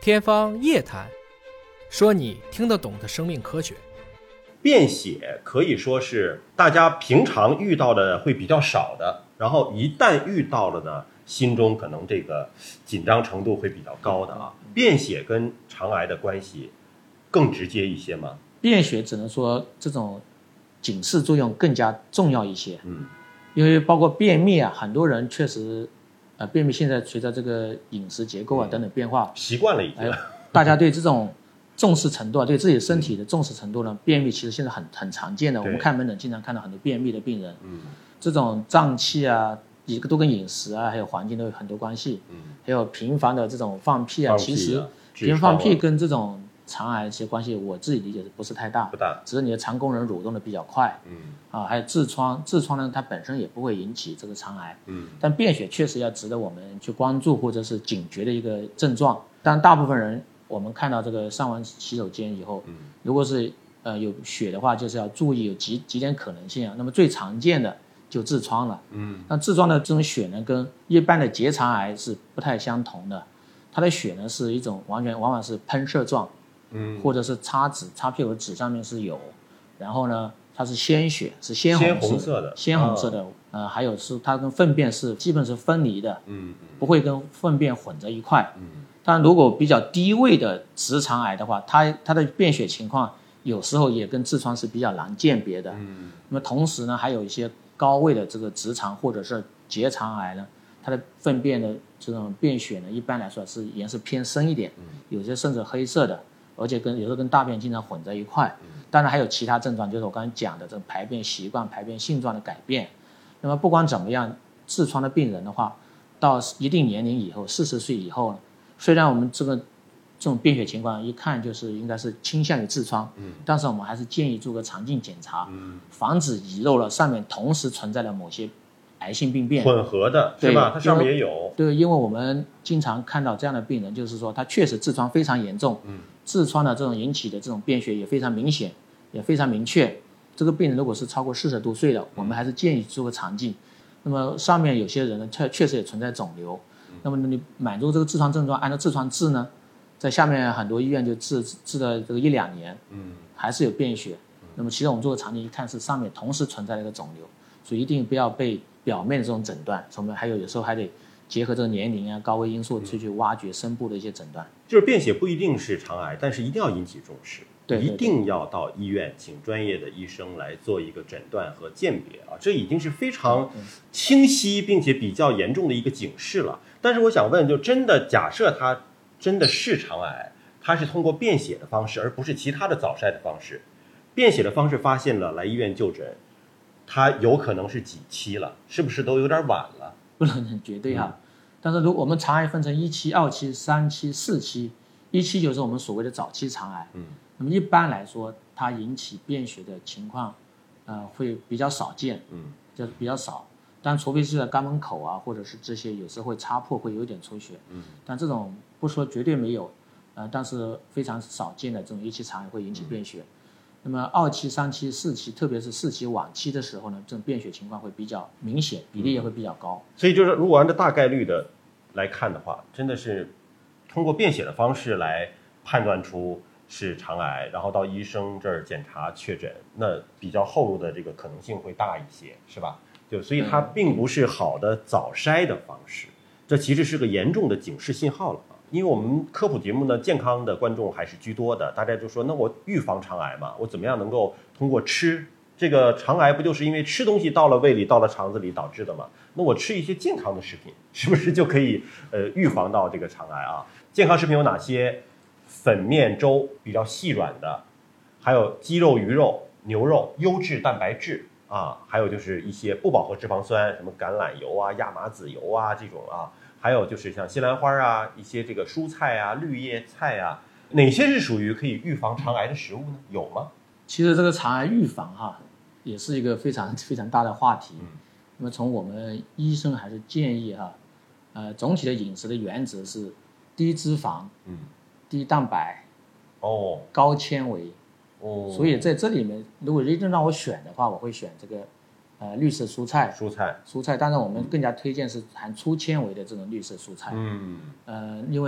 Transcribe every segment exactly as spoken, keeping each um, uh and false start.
天方夜谭，说你听得懂的生命科学。 便血可以说是大家平常遇到的会比较少的，然后一旦遇到了呢，心中可能这个紧张程度会比较高的啊。便血跟肠癌的关系更直接一些吗？ 便血只能说这种警示作用更加重要一些， 嗯， 因为包括便秘啊，很多人确实，呃，便秘现在随着这个饮食结构啊等等变化， 习惯了已经、 呃，大家对这种重视程度啊，对自己身体的重视程度呢，便秘其实现在很很常见的。我们看门诊经常看到很多便秘的病人， 嗯， 这种胀气啊，一个都跟饮食啊还有环境都有很多关系， 嗯， 还有频繁的这种放屁啊， 放屁啊其实频繁放屁跟这种肠癌其实关系，我自己理解是不是太大？ 不大， 只是你的肠功能蠕动的比较快， 嗯， 啊，还有痔疮，痔疮呢它本身也不会引起这个肠癌， 嗯， 但便血确实要值得我们去关注或者是警觉的一个症状。但大部分人我们看到这个上完洗手间以后， 嗯， 如果是呃有血的话，就是要注意有几几点可能性啊。那么最常见的就痔疮了， 嗯， 那痔疮的这种血呢，跟一般的结肠癌是不太相同的，它的血呢是一种完全往往是喷射状， 嗯， 或者是擦纸，擦屁股的纸上面是有，然后呢，它是鲜血，是鲜红红色的， 鲜红色的，哦、呃，还有是它跟粪便是基本是分离的， 嗯， 不会跟粪便混在一块， 嗯， 但如果比较低位的直肠癌的话，它它的便血情况有时候也跟痔疮是比较难鉴别的， 嗯， 那么同时呢，还有一些高位的这个直肠或者是结肠癌呢，它的粪便的这种便血呢，一般来说是颜色偏深一点，有些甚至黑色的。而且跟有时候跟大便经常混在一块，当然还有其他症状，就是我刚才讲的这个排便习惯、排便性状的改变。那么不管怎么样，痔疮的病人的话，到一定年龄以后，四十岁以后呢，虽然我们这个这种便血情况一看就是应该是倾向于痔疮，嗯，但是我们还是建议做个肠镜检查，嗯，防止遗漏了上面同时存在的某些癌性病变， 混合的是吧？它上面也有。 对，因为我们经常看到这样的病人，就是说他确实痔疮非常严重，嗯，痔疮的这种引起的这种便血也非常明显，也非常明确。这个病人如果是超过四十多岁了，我们还是建议做个肠镜。那么上面有些人呢，确确实也存在肿瘤。那么你满足这个痔疮症状，按照痔疮治呢，在下面很多医院就治治了这个一两年，嗯，还是有便血。那么其实我们做个肠镜一看是上面同时存在了一个肿瘤，所以一定不要被表面的这种诊断，我们还有有时候还得结合这个年龄啊、高危因素去去挖掘深部的一些诊断。 就是便血不一定是肠癌，但是一定要引起重视， 对， 一定要到医院请专业的医生来做一个诊断和鉴别啊，这已经是非常清晰并且比较严重的一个警示了。但是我想问，就真的假设它真的是肠癌，它是通过便血的方式，而不是其他的早筛的方式，便血的方式发现了，来医院就诊，它有可能是几期了，是不是都有点晚了？ 不能很绝对哈、嗯，但是如果我们肠癌分成一期、二期、三期、四期，一期就是我们所谓的早期肠癌，嗯，那么一般来说，它引起便血的情况，呃，会比较少见，嗯，就比较少。但除非是在肛门口啊，或者是这些有时候会擦破，会有一点出血，嗯，但这种不说绝对没有，呃，但是非常少见的这种一期肠癌会引起便血。嗯，那么二期、三期、四期，特别是四期晚期的时候呢，这种便血情况会比较明显，比例也会比较高。 所以就是，如果按照大概率的来看的话，真的是通过便血的方式来判断出是肠癌，然后到医生这儿检查确诊，那比较后入的这个可能性会大一些，是吧？就所以它并不是好的早筛的方式，这其实是个严重的警示信号了。因为我们科普节目呢，健康的观众还是居多的，大家就说，那我预防肠癌嘛，我怎么样能够通过吃？这个肠癌不就是因为吃东西到了胃里、到了肠子里导致的吗？那我吃一些健康的食品，是不是就可以呃预防到这个肠癌啊？健康食品有哪些？粉面粥比较细软的，还有鸡肉、鱼肉、牛肉、优质蛋白质啊，还有就是一些不饱和脂肪酸，什么橄榄油啊、亚麻籽油啊这种啊。还有就是像西兰花啊，一些这个蔬菜啊、绿叶菜啊，哪些是属于可以预防肠癌的食物呢？有吗？ 其实这个肠癌预防哈，也是一个非常非常大的话题。嗯，那么从我们医生还是建议哈，呃，总体的饮食的原则是低脂肪，嗯，低蛋白，哦，高纤维，哦。所以在这里面，如果一定让我选的话，我会选这个。呃，绿色蔬菜， 蔬菜， 蔬菜，当然我们更加推荐是含粗纤维的这种绿色蔬菜。 嗯， 呃，因为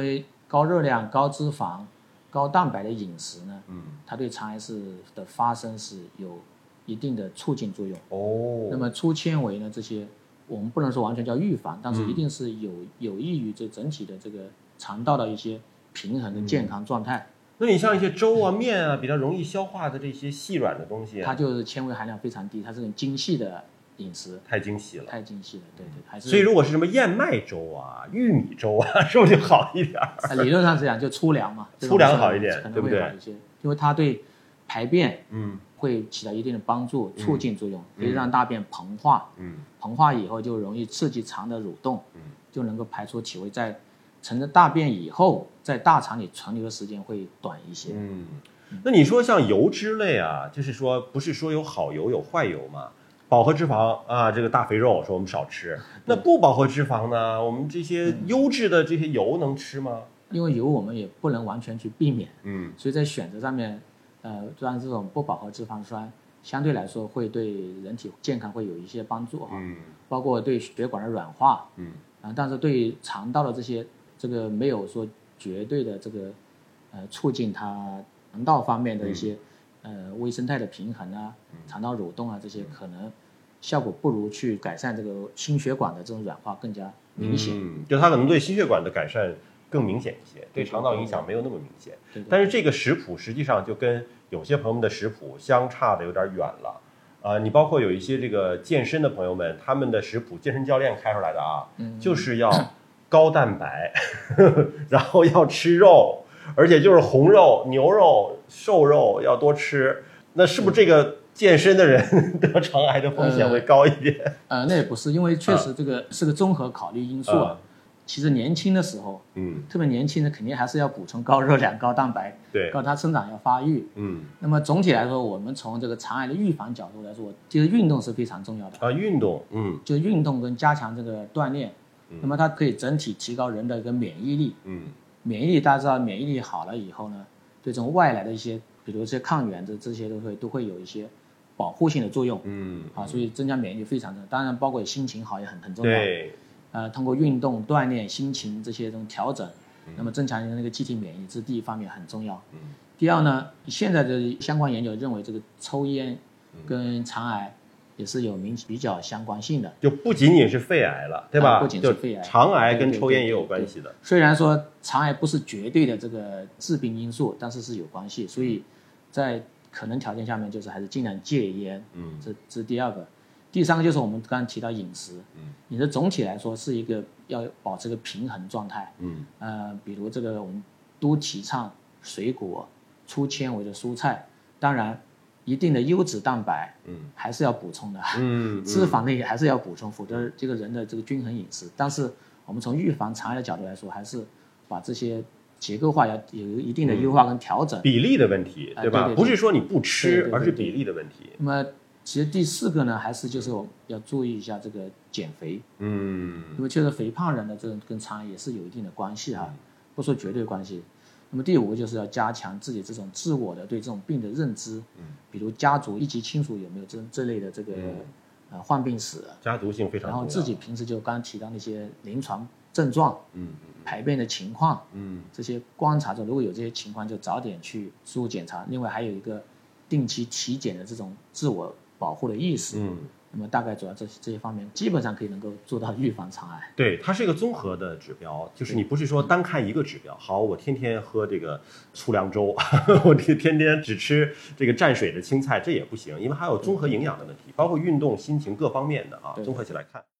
高热量、高脂肪、高蛋白的饮食呢， 嗯， 它对肠癌是的发生是有一定的促进作用。 哦， 那么粗纤维呢，这些我们不能说完全叫预防，但是一定是有、嗯、有益于这整体的这个肠道的一些平衡的健康状态。 嗯、那你像一些粥啊、面啊，比较容易消化的这些细软的东西、啊， 它就是纤维含量非常低，它是很精细的饮食， 太精细了， 太精细了，对对，还是。 所以如果是什么燕麦粥啊、玉米粥啊，是不是就好一点？ 理论上是讲就粗粮嘛， 粗粮好一点， 对不对？因为它对排便嗯会起到一定的帮助，促进作用，可以让大便膨化， 嗯， 膨化以后就容易刺激肠的蠕动， 嗯， 就能够排出体味，在成了大便以后，在大肠里存留的时间会短一些。 嗯，那你说像油脂类啊，就是说不是说有好油有坏油吗？饱和脂肪啊，这个大肥肉说我们少吃，那不饱和脂肪呢？我们这些优质的这些油能吃吗？ 因为油我们也不能完全去避免， 嗯， 所以在选择上面，呃，让这种不饱和脂肪酸相对来说会对人体健康会有一些帮助哈， 嗯， 包括对血管的软化， 嗯， 啊，但是对肠道的这些这个没有说绝对的这个呃促进它肠道方面的一些、嗯、呃微生态的平衡啊，肠道蠕动啊这些可能效果不如去改善这个心血管的这种软化更加明显， 嗯，就它可能对心血管的改善更明显一些，对肠道影响没有那么明显。 对对对， 但是这个食谱实际上就跟有些朋友们的食谱相差的有点远了。啊、呃，你包括有一些这个健身的朋友们，他们的食谱健身教练开出来的啊， 嗯、 就是要高蛋白，呵呵然后要吃肉，而且就是红肉、牛肉、瘦肉要多吃。那是不是这个健身的人得肠癌的风险会高一点？ 呃，呃那也不是，因为确实这个是个综合考虑因素啊。 嗯其实年轻的时候， 嗯， 特别年轻的肯定还是要补充高热量、高蛋白， 对， 高它生长要发育， 嗯。 那么总体来说，我们从这个肠癌的预防角度来说，其实运动是非常重要的啊，运动，嗯， 就是运动跟加强这个锻炼， 嗯、 那么它可以整体提高人的一个免疫力， 嗯， 免疫力大家知道，免疫力好了以后呢，对这种外来的一些，比如这些抗原的这些都会都会有一些保护性的作用， 嗯， 啊，所以增加免疫力非常重要，当然包括心情好也很很重要， 对。 呃，通过运动锻炼心情这些这种调整，那么增强人的那个机体免疫，这第一方面很重要。 嗯， 第二呢，现在的相关研究认为这个抽烟跟肠癌也是有明比较相关性的， 就不仅仅是肺癌了，对吧？ 啊、不仅是肺癌， 肠癌跟抽烟也有关系的。 虽然说肠癌不是绝对的这个致病因素，但是是有关系，所以在可能条件下面，就是还是尽量戒烟。 嗯， 这这是第二个。第三个就是我们刚刚提到饮食， 嗯， 饮食总体来说是一个要保持个平衡状态， 嗯， 呃，比如这个我们都提倡水果、粗纤维的蔬菜，当然一定的优质蛋白， 嗯， 还是要补充的， 嗯， 脂肪类还是要补充，否则这个人的这个均衡饮食。但是我们从预防肠癌的角度来说，还是把这些结构化要有一定的优化跟调整， 嗯、比例的问题，对吧？ 呃、对对对不是说你不吃， 对对对对而是比例的问题。 那么。其实第四个呢，还是就是我们要注意一下这个减肥， 嗯， 因为确实肥胖人的这种跟肠癌也是有一定的关系哈、啊，不说绝对关系。那么第五个就是要加强自己这种自我的对这种病的认知， 嗯， 比如家族一级亲属有没有这这类的这个、嗯、呃患病史， 家族性非常重要。 然后自己平时就刚刚提到那些临床症状， 嗯， 排便的情况， 嗯， 这些观察中如果有这些情况，就早点去做检查。另外还有一个定期体检的这种自我保护的意识， 嗯， 那么大概主要这这些方面，基本上可以能够做到预防肠癌。 对，它是一个综合的指标，就是你不是说单看一个指标。好，我天天喝这个粗粮粥，我天天只吃这个蘸水的青菜，这也不行，因为还有综合营养的问题，包括运动、心情各方面的啊，综合起来看。